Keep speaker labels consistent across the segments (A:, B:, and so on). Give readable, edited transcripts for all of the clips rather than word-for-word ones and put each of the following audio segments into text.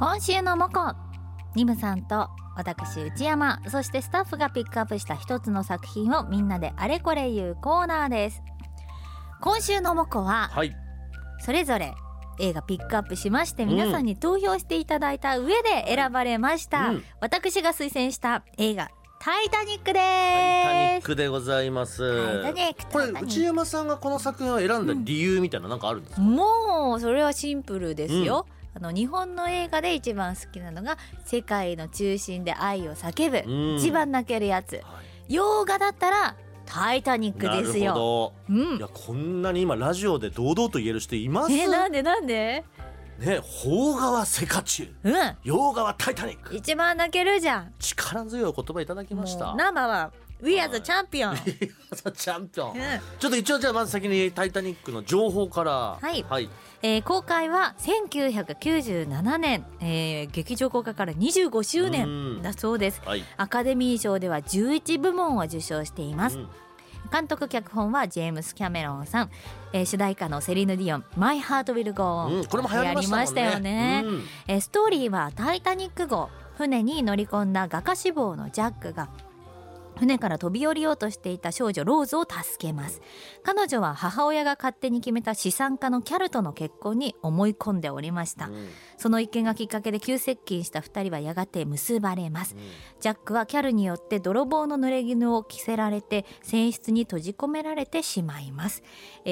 A: 今週のモコニムさんと私内山、そしてスタッフがピックアップした一つの作品をみんなであれこれ言うコーナーです。今週のモコは、はい、それぞれ映画ピックアップしまして皆さんに投票していただいた上で選ばれました、私が推薦した映画タイタニックです。
B: タイタニックでございます。
A: タイタニック。
B: これ内山さんがこの作品を選んだ理由みたいな何かあるんですか？
A: もうそれはシンプルですよ、日本の映画で一番好きなのが世界の中心で愛を叫ぶ、一番泣けるやつ、洋画だったらタイタニックですよ。
B: なるほど、いやこんなに今ラジオで堂々と言える人います？
A: なんで
B: ね、邦画はセカチュウ、洋画はタイタニック、
A: 一番泣けるじゃん。
B: 力強いお言葉いただきました。
A: ナンバーワン We are the champion、
B: チャンピオン、ちょっと一応じゃあまず先にタイタニックの情報から。
A: 公開は1997年、劇場公開から25周年だそうです、アカデミー賞では11部門を受賞しています、監督脚本はジェームス・キャメロンさん、主題歌のセリーヌ・ディオン My Heart Will Go On、
B: これも流行りました
A: よね、ストーリーはタイタニック号、船に乗り込んだ画家志望のジャックが船から飛び降りようとしていた少女ローズを助けます。彼女は母親が勝手に決めた資産家のキャルとの結婚に思い込んでおりました、その一件がきっかけで急接近した2人はやがて結ばれます、ジャックはキャルによって泥棒の濡れ衣を着せられて船室に閉じ込められてしまいます、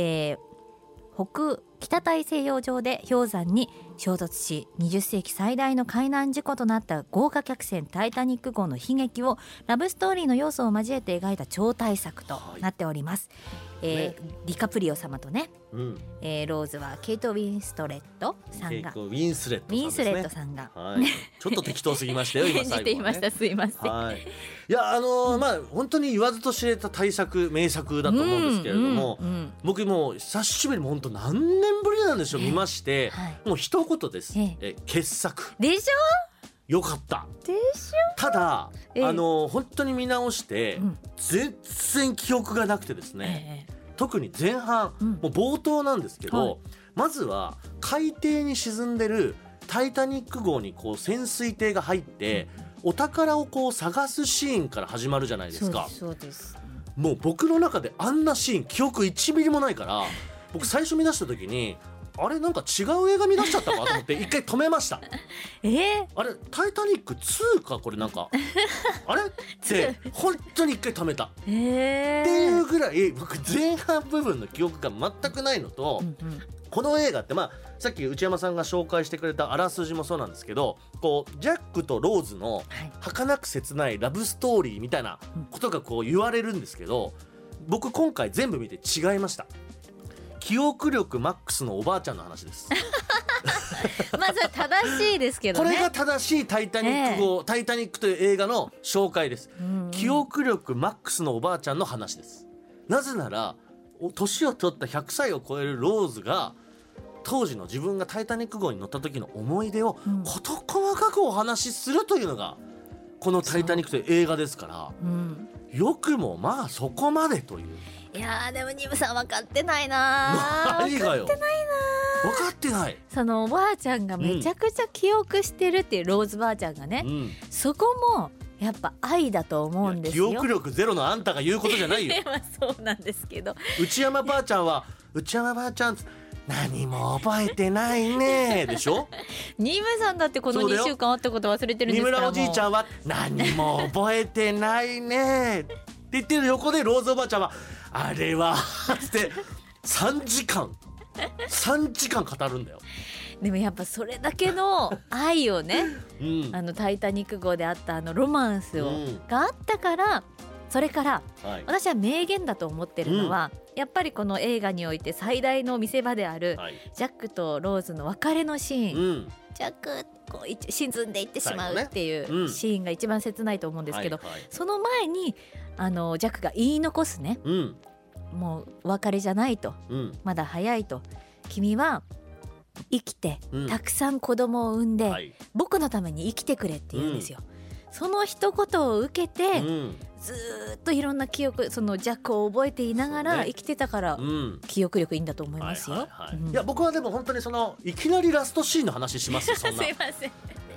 A: 北大西洋上で氷山に衝突し20世紀最大の海難事故となった豪華客船タイタニック号の悲劇をラブストーリーの要素を交えて描いた超大作となっております、ディカプリオ様とね、ローズはケイト・ウィンスレットさんが
B: ウィンスレット
A: さんが、
B: ちょっと適当すぎましたよ今最後、
A: 演じていました。すいません、
B: いや本当に言わずと知れた大作名作だと思うんですけれども、僕もう久しぶりに本当何年ぶりなんでしょう、見まして、もう一言です、傑作
A: でしょ。
B: よかった
A: でしょ。
B: ただ本当に見直して、全然記憶がなくてですね、特に前半、もう冒頭なんですけど、まずは海底に沈んでるタイタニック号にこう潜水艇が入って、お宝をこう探すシーンから始まるじゃないですか。
A: そうです。
B: もう僕の中であんなシーン記憶1ミリもないから、僕最初見出した時にあれなんか違う映画見出しちゃったかと思って一回止めましたあれタイタニック2かこれなんかあれって本当に一回止めたっていうぐらい僕前半部分の記憶が全くないのと、この映画ってさっき内山さんが紹介してくれたあらすじもそうなんですけど、こうジャックとローズの儚く切ないラブストーリーみたいなことがこう言われるんですけど、僕今回全部見て違いました。記憶力マックスのおばあちゃんの話です
A: まあそれ正しいですけどね。
B: これが正しいタイタニック号、タイタニックという映画の紹介です、記憶力マックスのおばあちゃんの話です。なぜなら年を取った100歳を超えるローズが当時の自分がタイタニック号に乗った時の思い出を事細かくお話しするというのがこのタイタニックという映画ですから、よくもそこまでという。
A: いやでもニムさん分かってないな。
B: 何がよ。分かってない。
A: そのおばあちゃんがめちゃくちゃ記憶してるっていうローズばあちゃんがね、そこもやっぱ愛だと思うんですよ。
B: 記憶力ゼロのあんたが言うことじゃないよ
A: そうなんですけど、
B: 内山ばあちゃんは内山ばあちゃん何も覚えてないねでしょ
A: ニムさんだってこの2週間あったこと忘れてるんですから。
B: 三村おじいちゃんは何も覚えてないねって言ってる横でローズおばあちゃんはあれはって3時間語るんだよ。
A: でもやっぱそれだけの愛をね、タイタニック号であったロマンスがあったから、それから、私は名言だと思ってるのは、やっぱりこの映画において最大の見せ場である、ジャックとローズの別れのシーン、ジャックこう沈んでいってしまうっていうシーンが一番切ないと思うんですけど、その前にジャックが言い残すね、もうお別れじゃないと、まだ早いと、君は生きて、たくさん子供を産んで、僕のために生きてくれって言うんですよ、その一言を受けて、ずっといろんな記憶、そのジャックを覚えていながら生きてたから、記憶力いいんだと思いますよ。
B: いや僕はでも本当にいきなりラストシーンの話しますよそんな
A: すいません。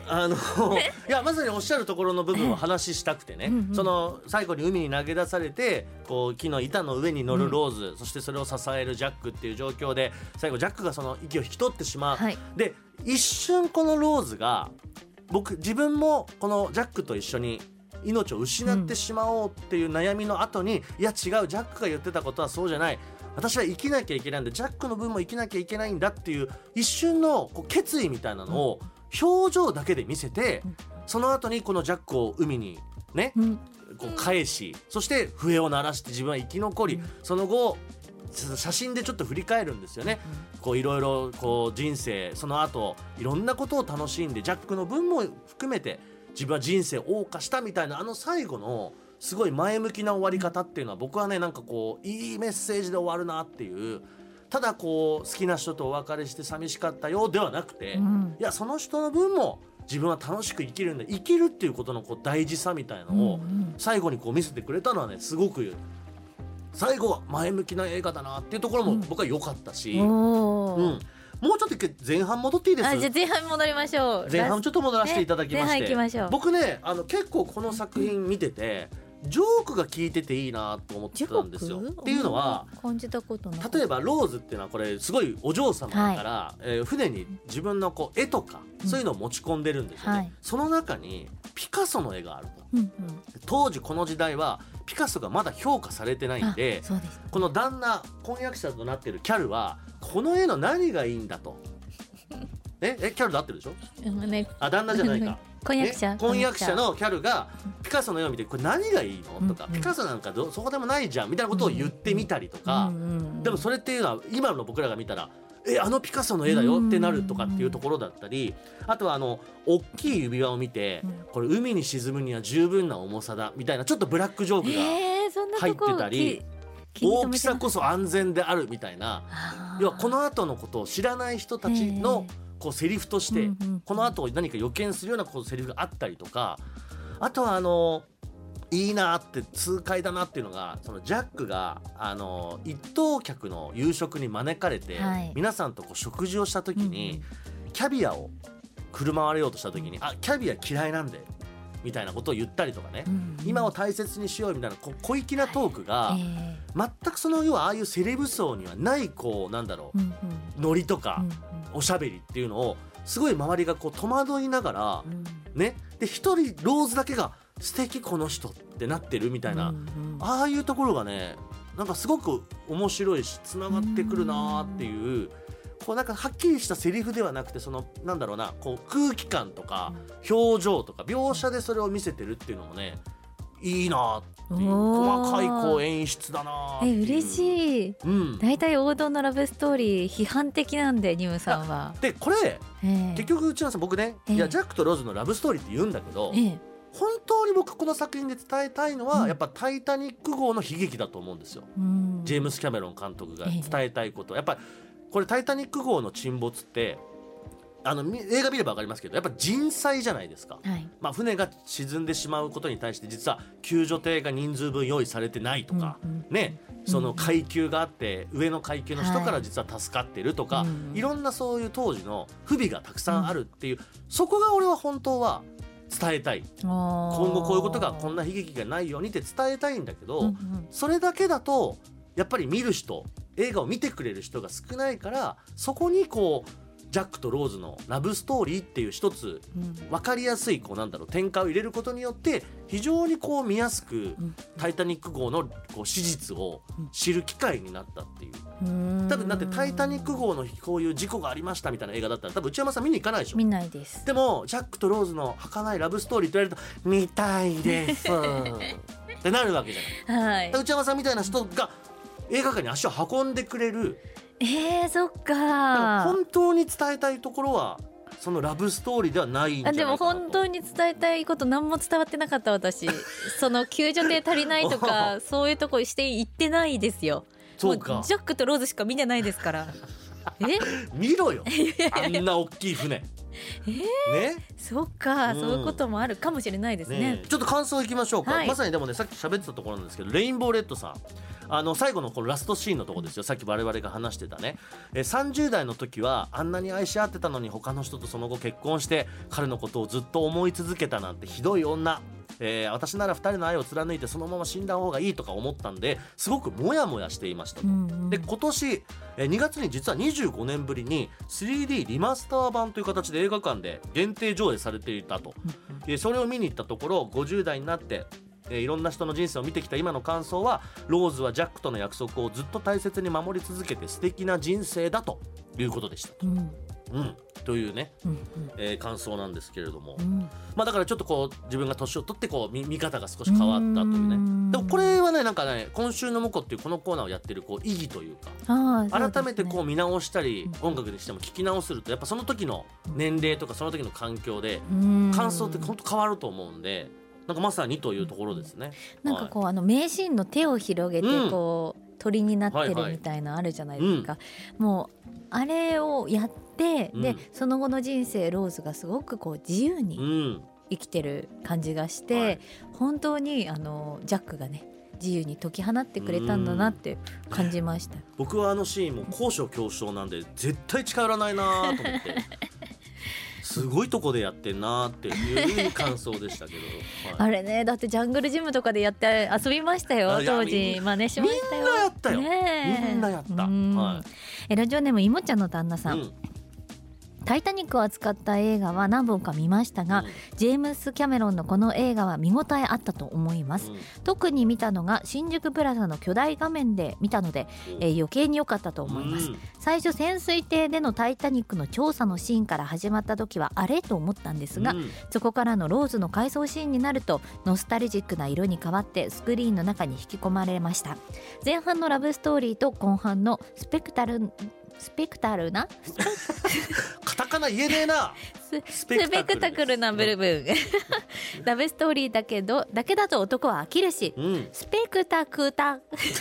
B: いやまさにおっしゃるところの部分を話したくてね、その最後に海に投げ出されてこう木の板の上に乗るローズ、そしてそれを支えるジャックっていう状況で最後ジャックがその息を引き取ってしまう、で一瞬このローズが自分もこのジャックと一緒に命を失ってしまおうっていう悩みの後に、いや違う、ジャックが言ってたことはそうじゃない、私は生きなきゃいけないんだ、ジャックの分も生きなきゃいけないんだっていう一瞬のこう決意みたいなのを表情だけで見せて、その後にこのジャックを海にね、こう返し、そして笛を鳴らして自分は生き残り、その後写真でちょっと振り返るんですよね。こういろいろこう人生、その後いろんなことを楽しんでジャックの分も含めて自分は人生を謳歌したみたいな、あの最後のすごい前向きな終わり方っていうのは僕はね、なんかこういいメッセージで終わるなっていう、ただこう好きな人とお別れして寂しかったよではなくて、いやその人の分も自分は楽しく生きるんだ、生きるっていうことのこう大事さみたいなのを最後にこう見せてくれたのはね、すごく最後は前向きな映画だなっていうところも僕は良かったし、もうちょっと前半戻っていいですか？
A: じゃあ前半戻りましょう。
B: 前半ちょっと戻らせていただきまして、
A: 行きましょう。
B: 僕ね結構この作品見ててジョークが効いてていいなと思ってたんですよ。っていうのは
A: 感じたことない。
B: 例えばローズっていうのはこれすごいお嬢様だから、船に自分のこう絵とかそういうのを持ち込んでるんですよね、その中にピカソの絵があると、当時この時代はピカソがまだ評価されてないんで、この旦那婚約者となっているキャルはこの絵の何がいいんだとキャルで合ってるでしょ、旦那じゃないか婚約者のキャルがピカソの絵を見てこれ何がいいのとか、ピカソなんかそこでもないじゃんみたいなことを言ってみたりとか、でもそれっていうのは今の僕らが見たらあのピカソの絵だよってなるとかっていうところだったり、あとは大きい指輪を見てこれ海に沈むには十分な重さだみたいなちょっとブラックジョークが入ってたり、大きさこそ安全であるみたいな、要はこの後のことを知らない人たちのこうセリフとしてこの後何か予見するようなこうセリフがあったりとか、あとはいいなって痛快だなっていうのが、そのジャックが一等客の夕食に招かれて、皆さんとこう食事をした時に、キャビアを振る舞われようとした時に、キャビア嫌いなんでみたいなことを言ったりとかね、今を大切にしようみたいな小粋なトークが、全くその要はああいうセレブ層にはないこうなんだろう、ノリとかおしゃべりっていうのをすごい周りがこう戸惑いながら、ね、で一人ローズだけが素敵この人ってなってるみたいな、ああいうところがねなんかすごく面白いしつながってくるなっていう、こうなんかはっきりしたセリフではなくて、そのなんだろうな、こう空気感とか表情とか描写でそれを見せてるっていうのもねいいなっていう、細かいこう演出だなっていう。
A: 嬉しい。だいたい王道のラブストーリー批判的なんでニムさんは。
B: でこれ、結局内野さん僕ね、いやジャックとローズのラブストーリーって言うんだけど、本当に僕この作品で伝えたいのは、やっぱタイタニック号の悲劇だと思うんですよ、ジェームス・キャメロン監督が伝えたいこと、やっぱりこれタイタニック号の沈没って映画見れば分かりますけどやっぱ人災じゃないですか、船が沈んでしまうことに対して実は救助艇が人数分用意されてないとか、その階級があって上の階級の人から実は助かってるとか、いろんなそういう当時の不備がたくさんあるっていう、そこが俺は本当は伝えたい、今後こういうことがこんな悲劇がないようにって伝えたいんだけど、それだけだとやっぱり見る人、映画を見てくれる人が少ないから、そこにこうジャックとローズのラブストーリーっていう一つ分かりやすいこうなんだろう展開を入れることによって非常にこう見やすくタイタニック号のこう史実を知る機会になったっていう。多分だってタイタニック号のこういう事故がありましたみたいな映画だったら多分内山さん見に行かないでしょ。
A: 見ないです。
B: でもジャックとローズの儚いラブストーリーと言われると見たいですってなるわけじゃない、内山さんみたいな人が映画館に足を運んでくれる。
A: そっか。
B: 本当に伝えたいところはそのラブストーリーではないんじゃないかなと。
A: でも本当に伝えたいこと何も伝わってなかった私その救助艇足りないとかそういうとこして言ってないですよ。
B: そうか。
A: ジャックとローズしか見てないですから
B: 見ろよあんな大きい船
A: そっか、そういうこともあるかもしれないですね。
B: ちょっと感想いきましょうか、まさにでもねさっき喋ってたところなんですけど、レインボーレッドさん最後のこのラストシーンのとこですよ。さっき我々が話してたね、30代の時はあんなに愛し合ってたのに他の人とその後結婚して彼のことをずっと思い続けたなんてひどい女、私なら2人の愛を貫いてそのまま死んだ方がいいとか思ったんですごくモヤモヤしていましたと、で今年2月に実は25年ぶりに 3D リマスター版という形で映画館で限定上映されていたと、それを見に行ったところ50代になっていろんな人の人生を見てきた今の感想は、ローズはジャックとの約束をずっと大切に守り続けて素敵な人生だということでしたと、というね、感想なんですけれども、だからちょっとこう自分が年を取ってこう 見方が少し変わったというね。でもこれはねなんかね、今週のモコっていうこのコーナーをやってるこう意義というか、改めてこう見直したり音楽にしても聞き直するとやっぱその時の年齢とかその時の環境で感想って本当変わると思うんで、なんかまさにというところですね。
A: なんかこう、名シーンの手を広げてこう、鳥になってるみたいなあるじゃないですか、もうあれをやって、でその後の人生ローズがすごくこう自由に生きてる感じがして、本当にジャックがね自由に解き放ってくれたんだなって感じました。
B: 僕はあのシーンも高所恐怖症なんで絶対近寄らないなと思ってすごいとこでやってんなっていう感想でしたけど、
A: あれね、だってジャングルジムとかでやって遊びましたよ当時。真似しましたよ。
B: みんなやったよ、みんなやった、
A: ラジオネームいもちゃんの旦那さん、タイタニックを扱った映画は何本か見ましたが、ジェームス・キャメロンのこの映画は見応えあったと思います、特に見たのが新宿プラザの巨大画面で見たので、余計に良かったと思います、最初潜水艇でのタイタニックの調査のシーンから始まった時はあれと思ったんですが、そこからのローズの回想シーンになるとノスタルジックな色に変わってスクリーンの中に引き込まれました。前半のラブストーリーと後半のスペクタルな
B: カタカナ言えねえな
A: スペクタクルな部分ラブストーリーだけだと男は飽きるし、スペクタクタ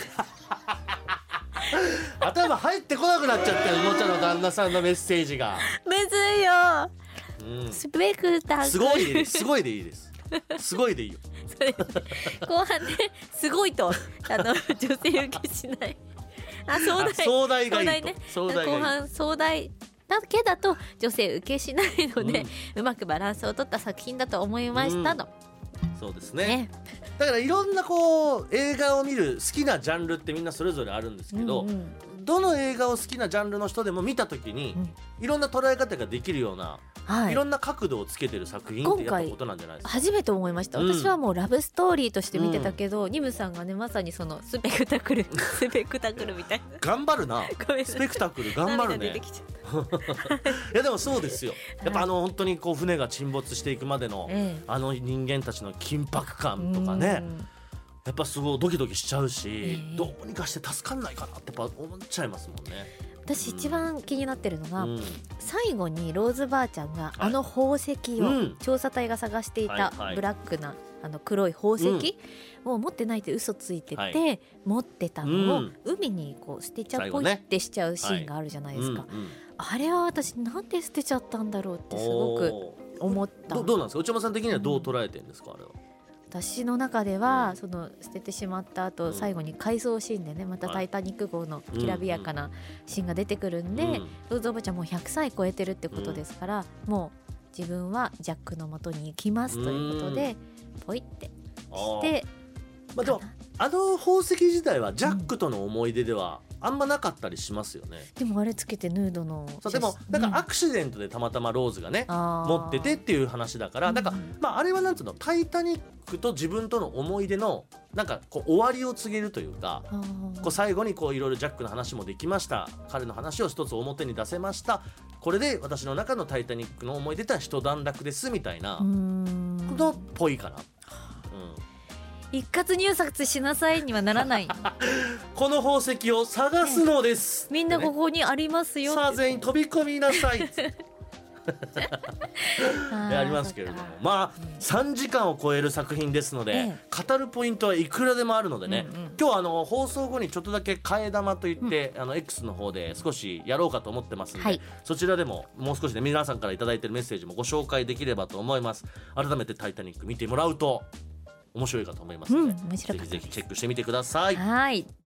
B: 頭入ってこなくなっちゃったよ、もちゃの旦那さんのメッセージが。
A: むずいよ、スペクタクル
B: すごいでいいですすごいでいいよ
A: 後半ですごいと女性受けしない
B: 壮大がいいと、
A: ね、後半壮大だけだと女性受けしないので、うまくバランスを取った作品だと思いましたと、
B: そうですね。だからいろんなこう映画を見る好きなジャンルってみんなそれぞれあるんですけど、どの映画を好きなジャンルの人でも見た時に、いろんな捉え方ができるような、いろんな角度をつけてる作品ってやったことなんじゃないですか。
A: 初めて思いました、私はもうラブストーリーとして見てたけど、ニムさんがねまさにそのスペクタクルみたいな
B: 頑張るなスペクタクル頑張るねいやでもそうですよ、やっぱ本当にこう船が沈没していくまでの、人間たちの緊迫感とかね、やっぱすごいドキドキしちゃうし、どうにかして助かんないかなってやっぱ思っちゃいますもんね。
A: 私一番気になってるのが、最後にローズばあちゃんが宝石を調査隊が探していたブラックな黒い宝石を持ってないって嘘ついてて、持ってたのを海にこう捨てちゃうポイってしちゃうシーンがあるじゃないですか、あれは私なんで捨てちゃったんだろうってすごく思った。
B: どうなんですか、内山さん的にはどう捉えてるんですか。あれは
A: 私の中では、その捨ててしまった後、最後に回想シーンでねまたタイタニック号のきらびやかなシーンが出てくるんで、ローズおばちゃんもう100歳超えてるってことですから、もう自分はジャックの元に行きますということでポイってして、
B: でも宝石自体はジャックとの思い出ではあんまなかったりしますよね。
A: でもあれつけてヌードの
B: でもなんかアクシデントでたまたまローズがね、持っててっていう話だから、なんかあれはなんつうの、タイタニックと自分との思い出のなんかこう終わりを告げるというか、こう最後にこういろいろジャックの話もできました、彼の話を一つ表に出せました、これで私の中のタイタニックの思い出とは一段落ですみたいなのっぽいかな。
A: 一括入札しなさいにはならない
B: この宝石を探すのです、
A: みんなここにありますよ、
B: さあ全員飛び込みなさいありますけれども、3時間を超える作品ですので、語るポイントはいくらでもあるのでね、今日放送後にちょっとだけ替え玉といって、X の方で少しやろうかと思ってますので、そちらでももう少しね皆さんからいただいているメッセージもご紹介できればと思います。改めてタイタニック見てもらうと面白いかと思いますので、ぜひぜひチェックしてみてください。